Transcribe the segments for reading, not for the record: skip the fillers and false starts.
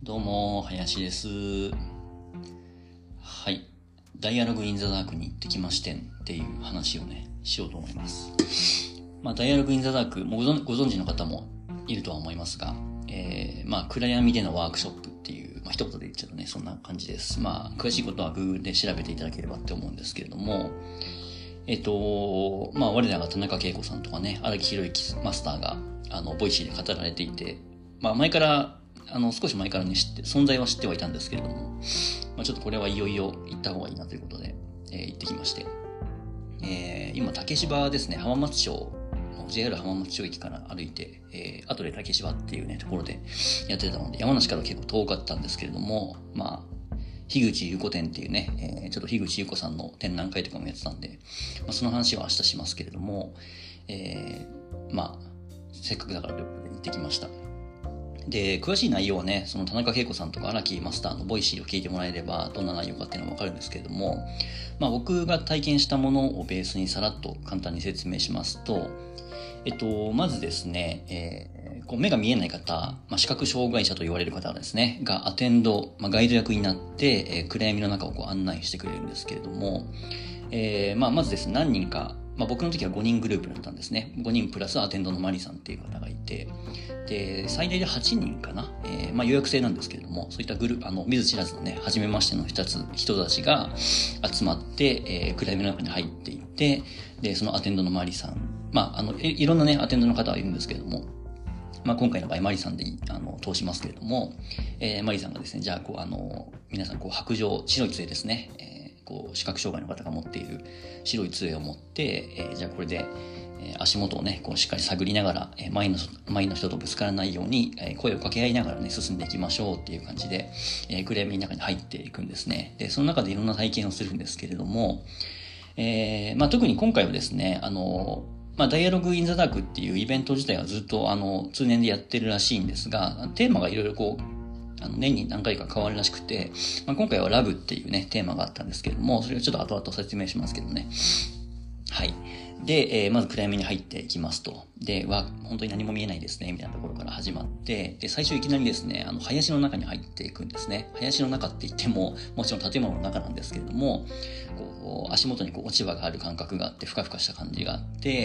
どうも、林です。はい。ダイアログインザダークに行ってきましてんっていう話をね、しようと思います。ダイアログインザダーク、もうご存知の方もいるとは思いますが、暗闇でのワークショップっていう、一言で言っちゃうとね、そんな感じです。詳しいことは Google で調べていただければって思うんですけれども、我らが田中恵子さんとかね、荒木宏之マスターが、ボイシーで語られていて、少し前からね、存在は知ってはいたんですけれども、ちょっとこれはいよいよ行った方がいいなということで、行ってきまして、今、竹芝ですね、浜松町の JR 浜松町駅から歩いて、後で竹芝っていうね、ところでやってたので、山梨から結構遠かったんですけれども、樋口優子展っていうね、ちょっと樋口優子さんの展覧会とかもやってたんで、その話は明日しますけれども、せっかくだからということで行ってきました。で、詳しい内容はね、その田中恵子さんとか荒木マスターのボイシーを聞いてもらえれば、どんな内容かっていうのはわかるんですけれども、僕が体験したものをベースにさらっと簡単に説明しますと、まずですね、目が見えない方、視覚障害者と言われる方ですね、がアテンド、ガイド役になって、暗闇の中を案内してくれるんですけれども、まずですね、何人か、僕の時は5人グループだったんですね。5人プラスアテンドのマリさんっていう方がいて、で、最大で8人かな。予約制なんですけれども、そういったグループ、見ず知らずのね、初めましての人たちが集まって、暗闇の中に入っていって、で、そのアテンドのマリさん、いろんなね、アテンドの方はいるんですけれども、今回の場合、マリさんで通しますけれども、マリさんがですね、じゃあ、皆さん、白状、白い杖ですね、視覚障害の方が持っている白い杖を持って、じゃあこれで、足元をね、しっかり探りながら、前の人とぶつからないように、声を掛け合いながらね、進んでいきましょうっていう感じで、暗闇の中に入っていくんですね。で、その中でいろんな体験をするんですけれども、特に今回はですね、ダイアログインザダークっていうイベント自体はずっと通年でやってるらしいんですが、テーマがいろいろ年に何回か変わるらしくて、今回はラブっていうね、テーマがあったんですけれども、それをちょっと後々説明しますけどね。はい。で、まず暗闇に入っていきますと。で、本当に何も見えないですね、みたいなところから始まって、で、最初いきなりですね、林の中に入っていくんですね。林の中って言っても、もちろん建物の中なんですけれども、足元に落ち葉がある感覚があって、ふかふかした感じがあって、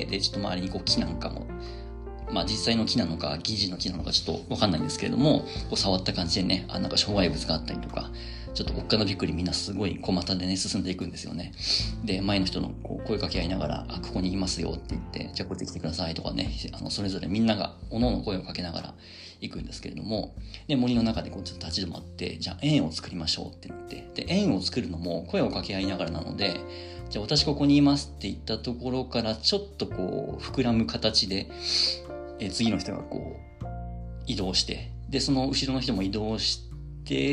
で、ちょっと周りに木なんかも、実際の木なのか、疑似の木なのかちょっとわかんないんですけれども、触った感じでね、なんか障害物があったりとか、ちょっとおっかなびっくりみんなすごい小股でね、進んでいくんですよね。で、前の人の声かけ合いながら、ここにいますよって言って、じゃあこっち来てくださいとかね、それぞれみんなが各々声をかけながら行くんですけれども、で、森の中でちょっと立ち止まって、じゃあ円を作りましょうってなって、で、円を作るのも声を掛け合いながらなので、じゃあ私ここにいますって言ったところからちょっと膨らむ形で、次の人が移動して、で、その後ろの人も移動して、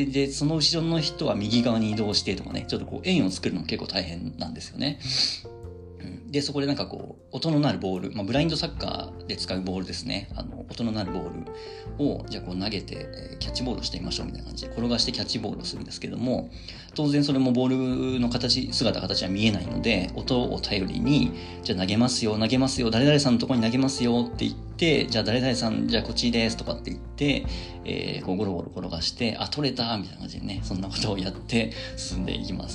で、その後ろの人は右側に移動してとかね、ちょっと円を作るのも結構大変なんですよね。で、そこで音の鳴るボール、ブラインドサッカーで使うボールですね。音の鳴るボールを、じゃあ投げて、キャッチボールしてみましょうみたいな感じで、転がしてキャッチボールをするんですけども、当然それもボールの形は見えないので、音を頼りに、じゃあ投げますよ、誰々さんのところに投げますよって言って、じゃあ誰々さん、じゃあこっちですとかって言って、ゴロゴロ転がして、取れたみたいな感じでね、そんなことをやって進んでいきます。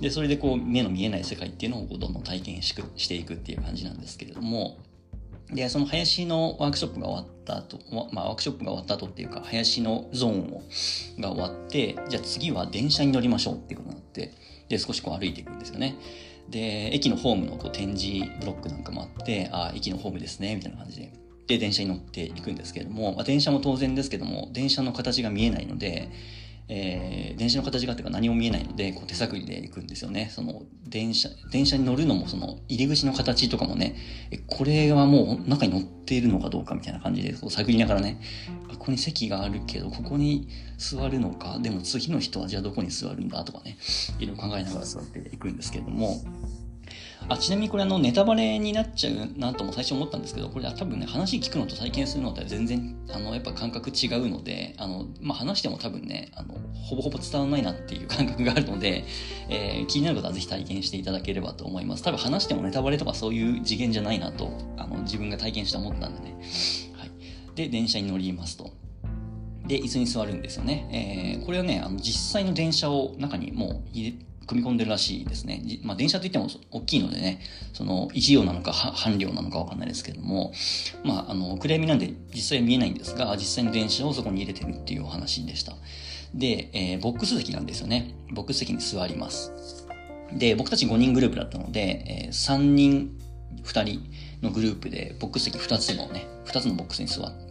で、それで目の見えない世界っていうのをどんどん体験していくっていう感じなんですけれども、で、その林のワークショップが終わった後、ワークショップが終わった後っていうか、林のゾーンが終わって、じゃあ次は電車に乗りましょうっていうことになって、で、少し歩いていくんですよね。で、駅のホームの展示ブロックなんかもあって、駅のホームですね、みたいな感じで。で、電車に乗っていくんですけれども、電車も当然ですけども、電車の形が見えないので、電車の形がっていうか何も見えないので、手探りで行くんですよね。その電車に乗るのもその入り口の形とかもね、これはもう中に乗っているのかどうかみたいな感じで探りながらね、ここに席があるけど、ここに座るのか、でも次の人はじゃあどこに座るんだとかね、いろいろ考えながら座っていくんですけれども、ちなみにこれネタバレになっちゃうなとも最初思ったんですけど、これは多分ね、話聞くのと体験するのとは全然、やっぱ感覚違うので、話しても多分ね、ほぼほぼ伝わらないなっていう感覚があるので、気になる方はぜひ体験していただければと思います。多分話してもネタバレとかそういう次元じゃないなと、自分が体験して思ったんでね。はい。で、電車に乗りますと。 で椅子に座るんですよね。これはね実際の電車を中にもう組み込んでるらしいですね。電車といっても大きいのでね、その1両なのか半両なのかわかんないですけども、暗闇なんで実際は見えないんですが、実際の電車をそこに入れてるっていうお話でした。で、ボックス席なんですよね。ボックス席に座ります。で、僕たち5人グループだったので、3人2人のグループでボックス席2つのボックスに座って、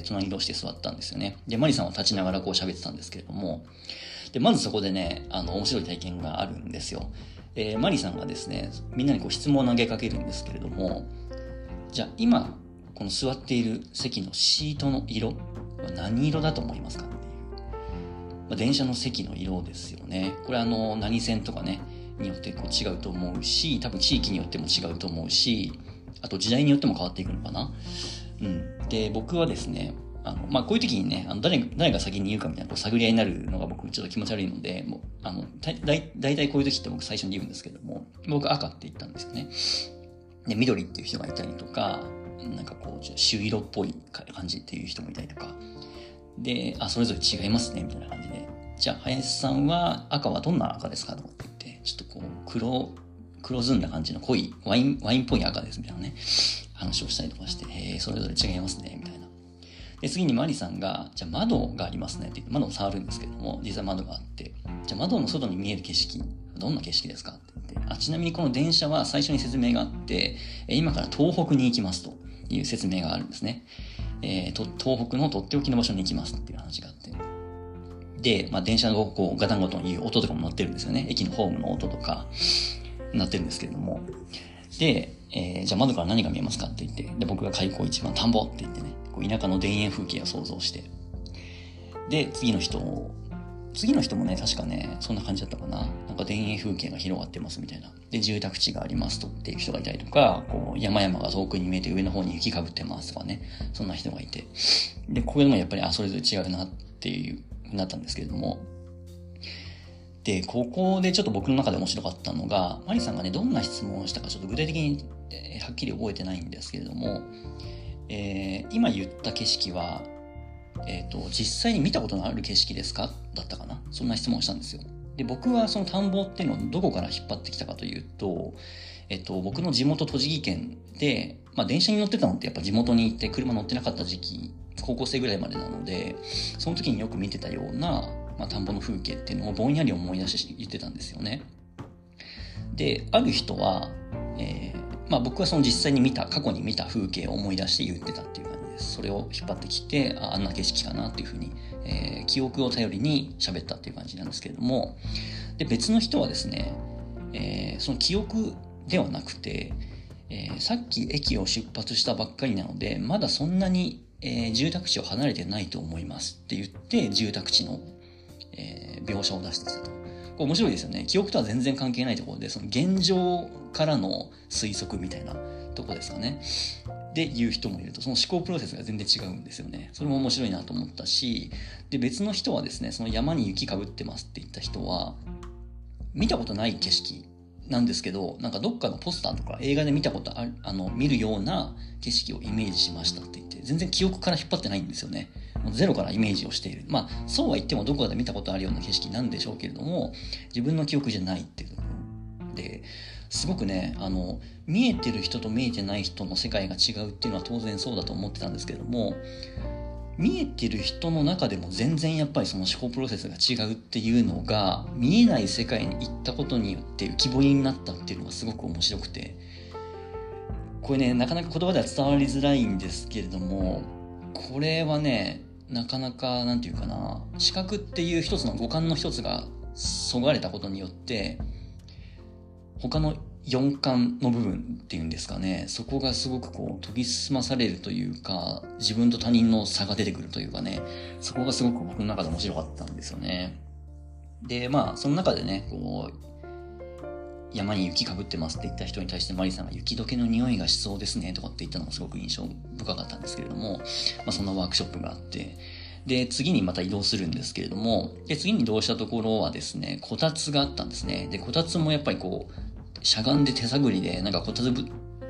隣同士で座ったんですよね。で、マリさんは立ちながらこう喋ってたんですけれども、で、まずそこでね、面白い体験があるんですよ。マリさんがですね、みんなにこう質問を投げかけるんですけれども、じゃあ今、この座っている席のシートの色は何色だと思いますかっていう。電車の席の色ですよね。これ何線とかね、によってこう違うと思うし、多分地域によっても違うと思うし、あと時代によっても変わっていくのかな。で、僕はですね、こういう時にね、誰が先に言うかみたいなこう探り合いになるのが僕ちょっと気持ち悪いので、もうだいたいこういう時って僕最初に言うんですけども、僕赤って言ったんですよね。で、緑っていう人がいたりとか、なんかこう朱色っぽい感じっていう人もいたりとか、で、それぞれ違いますねみたいな感じで、じゃあ林さんは赤はどんな赤ですかとかって言って、ちょっとこう黒ずんだ感じの濃いワインっぽい赤ですみたいなね話をしたりとかして、それぞれ違いますねみたいな。で、次にマリさんが、じゃあ窓がありますねって言って、窓を触るんですけども、実際窓があって、じゃあ窓の外に見える景色、どんな景色ですかって言って、ちなみにこの電車は最初に説明があって、今から東北に行きますという説明があるんですね。東北のとっておきの場所に行きますっていう話があって。で、電車のこうガタンゴトンいう音とかも鳴ってるんですよね。駅のホームの音とか鳴ってるんですけれども。で、じゃあ窓から何が見えますかって言って、で、僕が開口一番田んぼって言ってね、こう田舎の田園風景を想像して。で、次の人もね、確かね、そんな感じだったかな。なんか田園風景が広がってますみたいな。で、住宅地がありますとっていう人がいたりとか、こう山々が遠くに見えて上の方に雪かぶってますとかね、そんな人がいて。で、ここでもやっぱり、それぞれ違うなっていうなったんですけれども。で、ここでちょっと僕の中で面白かったのが、マリさんがね、どんな質問をしたかちょっと具体的に、はっきり覚えてないんですけれども、今言った景色は、実際に見たことのある景色ですかだったかな、そんな質問をしたんですよ。で、僕はその田んぼっていうのをどこから引っ張ってきたかというと、僕の地元栃木県で、電車に乗ってたのってやっぱ地元に行って車乗ってなかった時期、高校生ぐらいまでなので、その時によく見てたような、田んぼの風景っていうのをぼんやり思い出して言ってたんですよね。で、ある人は、僕はその実際に過去に見た風景を思い出して言ってたっていう感じです。それを引っ張ってきて、あんな景色かなっていうふうに、記憶を頼りに喋ったっていう感じなんですけれども、で、別の人はですね、その記憶ではなくて、さっき駅を出発したばっかりなので、まだそんなに、住宅地を離れてないと思いますって言って、住宅地の、描写を出してきたと。これ面白いですよね。記憶とは全然関係ないところで、その現状からの推測みたいなところですかね。で言う人もいると、その思考プロセスが全然違うんですよね。それも面白いなと思ったし、で、別の人はですね、その山に雪かぶってますって言った人は、見たことない景色なんですけど、なんかどっかのポスターとか映画で見たこと見るような景色をイメージしましたって言って、全然記憶から引っ張ってないんですよね。ゼロからイメージをしている。そうは言ってもどこかで見たことあるような景色なんでしょうけれども、自分の記憶じゃないっていうところで、すごくね、見えてる人と見えてない人の世界が違うっていうのは当然そうだと思ってたんですけれども、見えてる人の中でも全然やっぱりその思考プロセスが違うっていうのが、見えない世界に行ったことによって浮き彫りになったっていうのがすごく面白くて、これね、なかなか言葉では伝わりづらいんですけれども、これはね、なかなかなんていうかな、視覚っていう一つの五感の一つがそがれたことによって、他の四感の部分っていうんですかね、そこがすごくこう研ぎ澄まされるというか、自分と他人の差が出てくるというかね、そこがすごく僕の中で面白かったんですよね。で、その中でね、こう山に雪かぶってますって言った人に対してマリさんが雪解けの匂いがしそうですねとかって言ったのもすごく印象深かったんですけれども、そんなワークショップがあって、で、次にまた移動するんですけれども、で、次に移動したところはですね、こたつがあったんですね。で、こたつもやっぱりこう、しゃがんで手探りで、なんかこたつ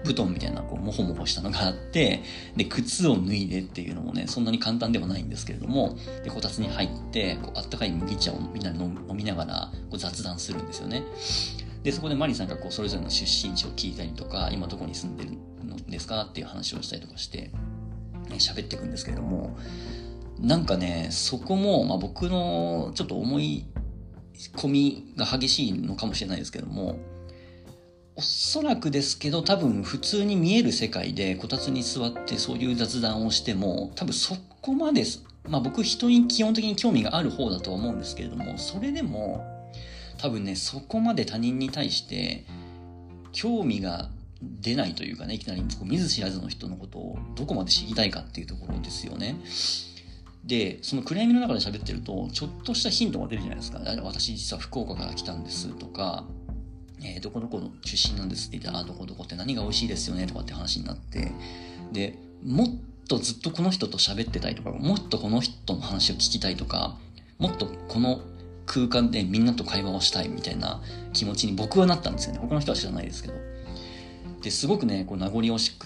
布団みたいなこうモホモホしたのがあって、で靴を脱いでっていうのもねそんなに簡単ではないんですけれども、でこたつに入ってこうあったかい麦茶をみんなで飲みながらこう雑談するんですよね。でそこでマリさんがこうそれぞれの出身地を聞いたりとか、今どこに住んでるのですかっていう話をしたりとかして喋っていくんですけれども、なんかねそこも、僕のちょっと思い込みが激しいのかもしれないですけども、おそらくですけど多分普通に見える世界でこたつに座ってそういう雑談をしても多分そこまで、僕人に基本的に興味がある方だとは思うんですけれども、それでも多分ねそこまで他人に対して興味が出ないというかね、いきなり見ず知らずの人のことをどこまで知りたいかっていうところですよね。でその暗闇の中で喋ってるとちょっとしたヒントが出るじゃないですか。私実は福岡から来たんですとか、どこどこの出身なんですって言って、どこどこって何が美味しいですよねとかって話になって、でもっとずっとこの人と喋ってたいとか、もっとこの人の話を聞きたいとか、もっとこの空間でみんなと会話をしたいみたいな気持ちに僕はなったんですよね。他の人は知らないですけど。ですごくねこう名残惜しくって、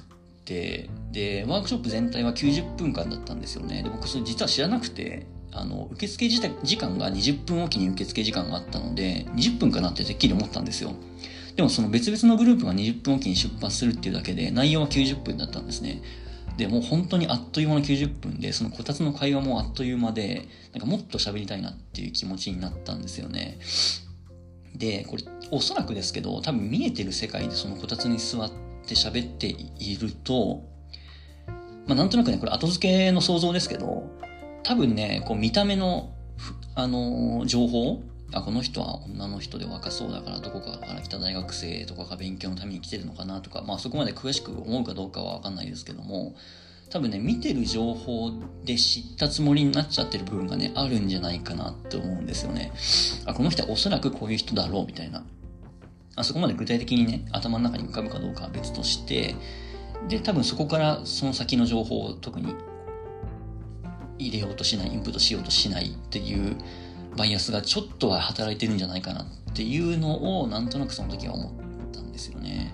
でワークショップ全体は90分間だったんですよね。で僕それ実は知らなくて、受付時間が20分おきに受付時間があったので20分かなっててっきり思ったんですよ。でもその別々のグループが20分おきに出発するっていうだけで内容は90分だったんですね。でもう本当にあっという間の90分で、そのこたつの会話もあっという間で、なんかもっと喋りたいなっていう気持ちになったんですよね。でこれおそらくですけど多分見えてる世界でそのこたつに座って喋っていると、なんとなくねこれ後付けの想像ですけど、多分ねこう見た目の情報、この人は女の人で若そうだからどこかから来た大学生とかが勉強のために来てるのかなとか、そこまで詳しく思うかどうかは分かんないですけども、多分ね見てる情報で知ったつもりになっちゃってる部分がねあるんじゃないかなって思うんですよね。この人はおそらくこういう人だろうみたいな、そこまで具体的にね頭の中に浮かぶかどうかは別として、で多分そこからその先の情報を特に入れようとしない、インプットしようとしないっていうバイアスがちょっとは働いてるんじゃないかなっていうのをなんとなくその時は思ったんですよね。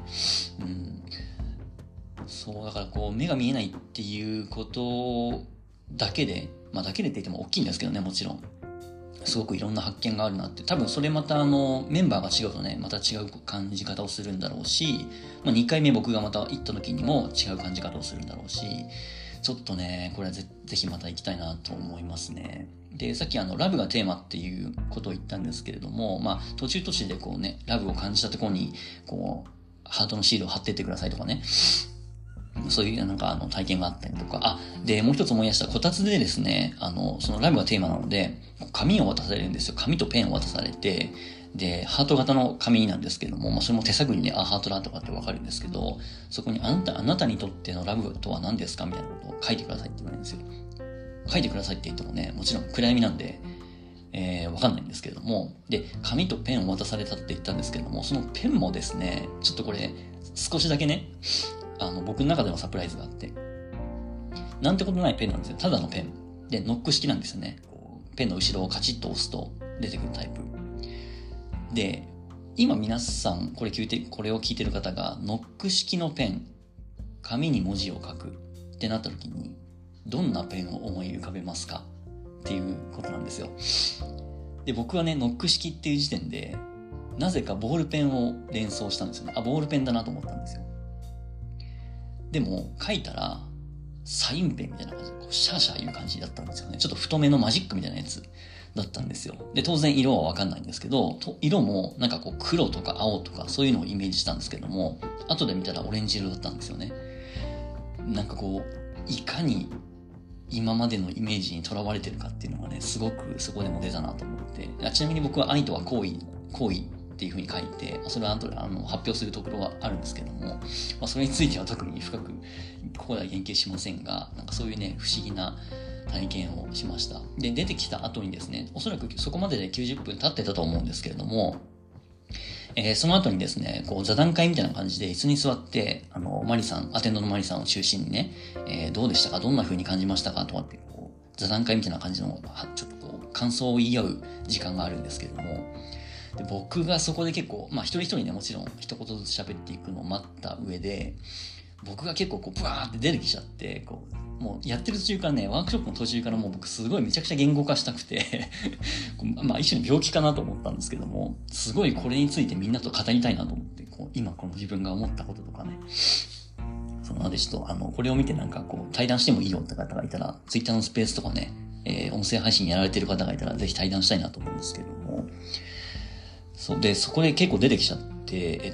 そうだからこう目が見えないっていうことだけで、だけでって言っても大きいんですけどね、もちろんすごくいろんな発見があるなって、多分それまたメンバーが違うとねまた違う感じ方をするんだろうし、2回目僕がまた行った時にも違う感じ方をするんだろうし、ちょっとねこれはぜひまた行きたいなと思いますね。でさっきラブがテーマっていうことを言ったんですけれども、途中途中でこうねラブを感じたところにこうハートのシールを貼ってってくださいとかね、そういうなんか体験があったりとか、でもう一つ思い出した、こたつでですねそのラブがテーマなので紙を渡されるんですよ。紙とペンを渡されて、でハート型の紙なんですけども、それも手探りでハートだとかってわかるんですけど、そこにあなたにとってのラブとは何ですかみたいなことを書いてくださいって言われるんですよ。書いてくださいって言ってもねもちろん暗闇なんでわかんないんですけれども、で紙とペンを渡されたって言ったんですけれども、そのペンもですねちょっとこれ少しだけね僕の中でのサプライズがあって、なんてことないペンなんですよ。ただのペンでノック式なんですよね。ペンの後ろをカチッと押すと出てくるタイプで、今皆さんこれを聞いてる方がノック式のペン、紙に文字を書くってなった時にどんなペンを思い浮かべますかっていうことなんですよ。で僕はねノック式っていう時点でなぜかボールペンを連想したんですよね。ボールペンだなと思ったんですよ。でも書いたらサインペンみたいな感じでシャーシャーいう感じだったんですよね。ちょっと太めのマジックみたいなやつだったんですよ。で当然色はわかんないんですけど、色もなんかこう黒とか青とかそういうのをイメージしたんですけども、後で見たらオレンジ色だったんですよね。なんかこういかに今までのイメージにとらわれてるかっていうのがねすごくそこでも出たなと思って、ちなみに僕は愛とは行為っていう風に書いて、それは後で発表するところはあるんですけども、それについては特に深くここでは言及しませんが、なんかそういうね不思議な体験をしました。で出てきた後にですね、おそらくそこまでで90分経ってたと思うんですけれども、その後にですねこう座談会みたいな感じで椅子に座ってマリさん、アテンドのマリさんを中心にね、どうでしたか、どんな風に感じましたかとかって座談会みたいな感じのちょっとこう感想を言い合う時間があるんですけれども、 で、僕がそこで結構、一人一人ね、もちろん一言ずつ喋っていくのを待った上で、僕が結構ブワーって出てきちゃって、もうやってる途中からね、ワークショップの途中からもう僕すごいめちゃくちゃ言語化したくて一種の病気かなと思ったんですけども、すごいこれについてみんなと語りたいなと思って、今この自分が思ったこととかね、そのでちょっとこれを見て対談してもいいよって方がいたら、ツイッターのスペースとかね、音声配信やられてる方がいたらぜひ対談したいなと思うんですけども、そこで結構出てきちゃって、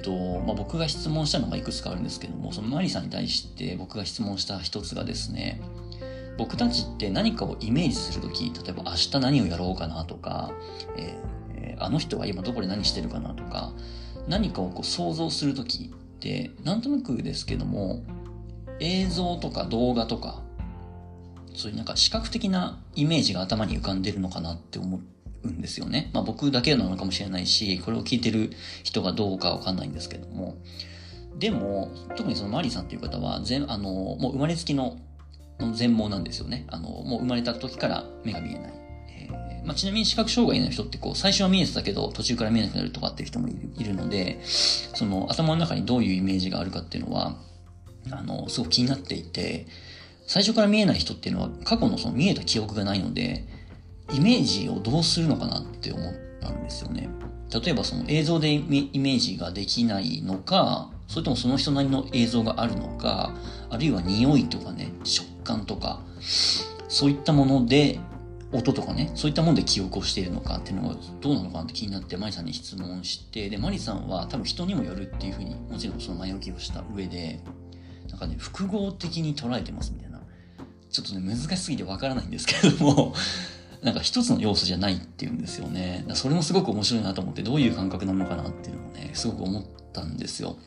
僕が質問したのがいくつかあるんですけども、そのマリさんに対して僕が質問した一つがですね、僕たちって何かをイメージするとき、例えば明日何をやろうかなとか、あの人は今どこで何してるかなとか、何かを想像するときって、なんとなくですけども、映像とか動画とか、そういう視覚的なイメージが頭に浮かんでるのかなって思うんですよね。僕だけなのかもしれないし、これを聞いてる人がどうかわかんないんですけども。でも、特にそのマリーさんっていう方は、もう生まれつきの全盲なんですよね。もう生まれた時から目が見えない。ちなみに視覚障害の人って最初は見えてたけど、途中から見えなくなるとかっていう人もいるので、その頭の中にどういうイメージがあるかっていうのは、すごく気になっていて、最初から見えない人っていうのは過去のその見えた記憶がないので、イメージをどうするのかなって思ったんですよね。例えばその映像でイメージができないのか、それともその人なりの映像があるのか、あるいは匂いとかね、食感とか、そういったもので、音とかね、そういったもので記憶をしているのかっていうのがどうなのかなって気になってマリさんに質問して、で、マリさんは多分人にもよるっていうふうに、もちろんその前置きをした上で、複合的に捉えてますみたいな。ちょっとね、難しすぎてわからないんですけども、一つの要素じゃないっていうんですよね。それもすごく面白いなと思って、どういう感覚なのかなっていうのをね、すごく思ったんですよ。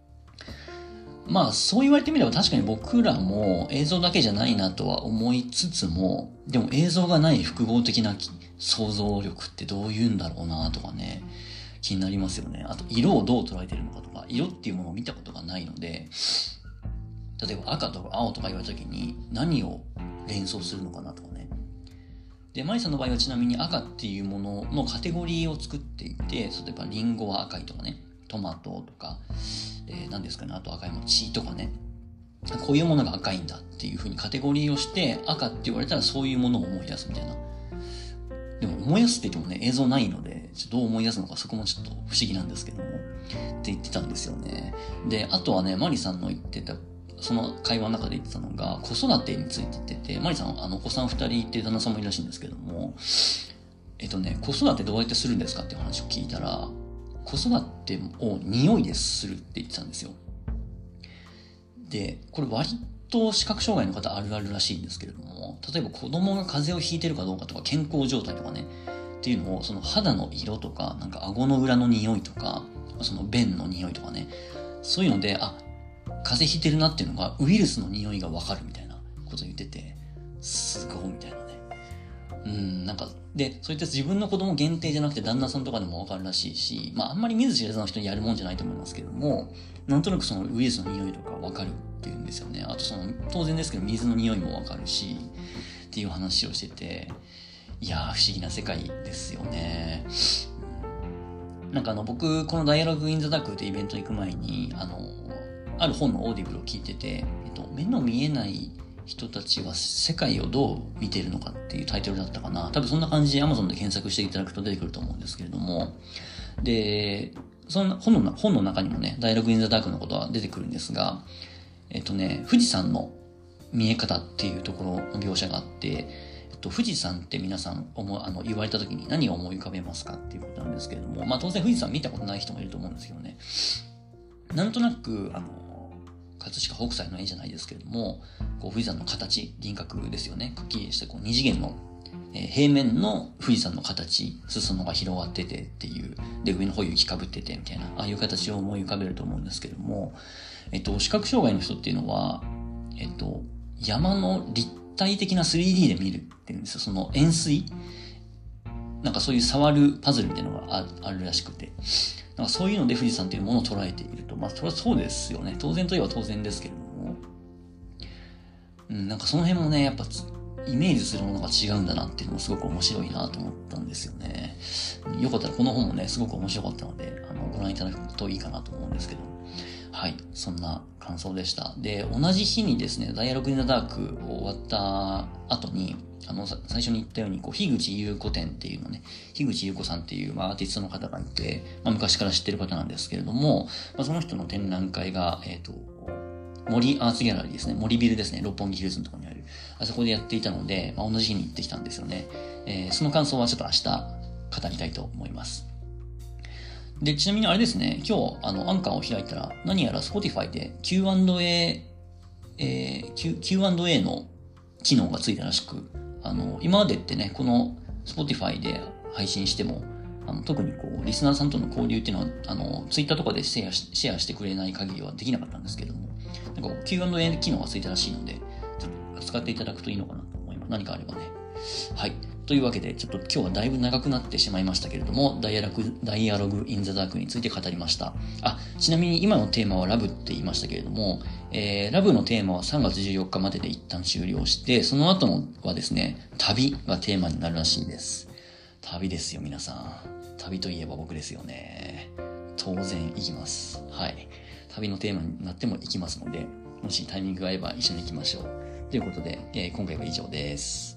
そう言われてみれば確かに僕らも映像だけじゃないなとは思いつつも、でも映像がない複合的な想像力ってどういうんだろうなとかね、気になりますよね。あと色をどう捉えてるのかとか、色っていうものを見たことがないので、例えば赤とか青とか言われた時に何を連想するのかなとかね。で、マリさんの場合はちなみに赤っていうもののカテゴリーを作っていて、例えばリンゴは赤いとかね、トマトとか、何ですかね、あと赤い餅とかね、こういうものが赤いんだっていう風にカテゴリーをして、赤って言われたらそういうものを思い出すみたいな。でも思い出すって言ってもね、映像ないので、どう思い出すのかそこもちょっと不思議なんですけども、って言ってたんですよね。で、あとはね、マリさんの言ってた、その会話の中で言ってたのが、子育てについて言ってて、マリさん、お子さん2人いて旦那さんもいるらしいんですけども、子育てどうやってするんですかっていう話を聞いたら、子育てを匂いでするって言ってたんですよ。で、これ割と視覚障害の方あるあるらしいんですけれども、例えば子供が風邪をひいてるかどうかとか健康状態とかね、っていうのをその肌の色とか、顎の裏の匂いとか、その便の匂いとかね、そういうので、風邪ひいてるなっていうのがウイルスの匂いがわかるみたいなことを言ってて、すごいみたいなね。で、そういった自分の子供限定じゃなくて旦那さんとかでもわかるらしいし、あんまり見ず知らずの人にやるもんじゃないと思いますけども、なんとなくそのウイルスの匂いとかわかるっていうんですよね。あと当然ですけど水の匂いもわかるし、っていう話をしてて、いやー不思議な世界ですよね。僕、このダイアログインザダークってイベント行く前に、ある本のオーディブルを聞いてて、目の見えない人たちは世界をどう見ているのかっていうタイトルだったかな。多分そんな感じで Amazon で検索していただくと出てくると思うんですけれども。で、そんな本の中にもね、ダイアログインザダークのことは出てくるんですが、富士山の見え方っていうところの描写があって、富士山って皆さん言われた時に何を思い浮かべますかっていうことなんですけれども、当然富士山見たことない人もいると思うんですけどね。なんとなく、葛飾北斎の絵じゃないですけれども、富士山の形、輪郭ですよね。くっきりして二次元の、平面の富士山の形、裾野が広がっててっていう、で、上の方雪かぶっててみたいな、ああいう形を思い浮かべると思うんですけれども、視覚障害の人っていうのは、山の立体的な 3D で見るっていうんですよ。その円錐そういう触るパズルみたいなのがあるらしくて、そういうので富士山というものを捉えていると。それはそうですよね。当然といえば当然ですけれども。その辺もね、やっぱイメージするものが違うんだなっていうのもすごく面白いなと思ったんですよね。よかったらこの本もね、すごく面白かったので、ご覧いただくといいかなと思うんですけど。はい。そんな感想でした。で、同じ日にですね、ダイアログインザダークを終わった後に、最初に言ったように、樋口優子展っていうのね、樋口優子さんっていう、アーティストの方がいて、昔から知ってる方なんですけれども、その人の展覧会が、森アーツギャラリーですね。森ビルですね。六本木ヒルズのところにある。あそこでやっていたので、同じ日に行ってきたんですよね。その感想はちょっと明日語りたいと思います。で、ちなみにあれですね、今日、アンカーを開いたら、何やら Spotify で Q&A の機能がついたらしく、今までってね、この Spotify で配信しても、特にリスナーさんとの交流っていうのは、Twitter とかでシェアしてくれない限りはできなかったんですけども、Q&A 機能がついたらしいので、ちょっと使っていただくといいのかなと思います。何かあればね。はい。というわけで、ちょっと今日はだいぶ長くなってしまいましたけれども、ダイアログインザダークについて語りました。ちなみに今のテーマはラブって言いましたけれども、ラブのテーマは3月14日までで一旦終了して、その後のはですね、旅がテーマになるらしいです。旅ですよ、皆さん。旅といえば僕ですよね。当然行きます。はい。旅のテーマになっても行きますので、もしタイミングが合えば一緒に行きましょう。ということで、今回は以上です。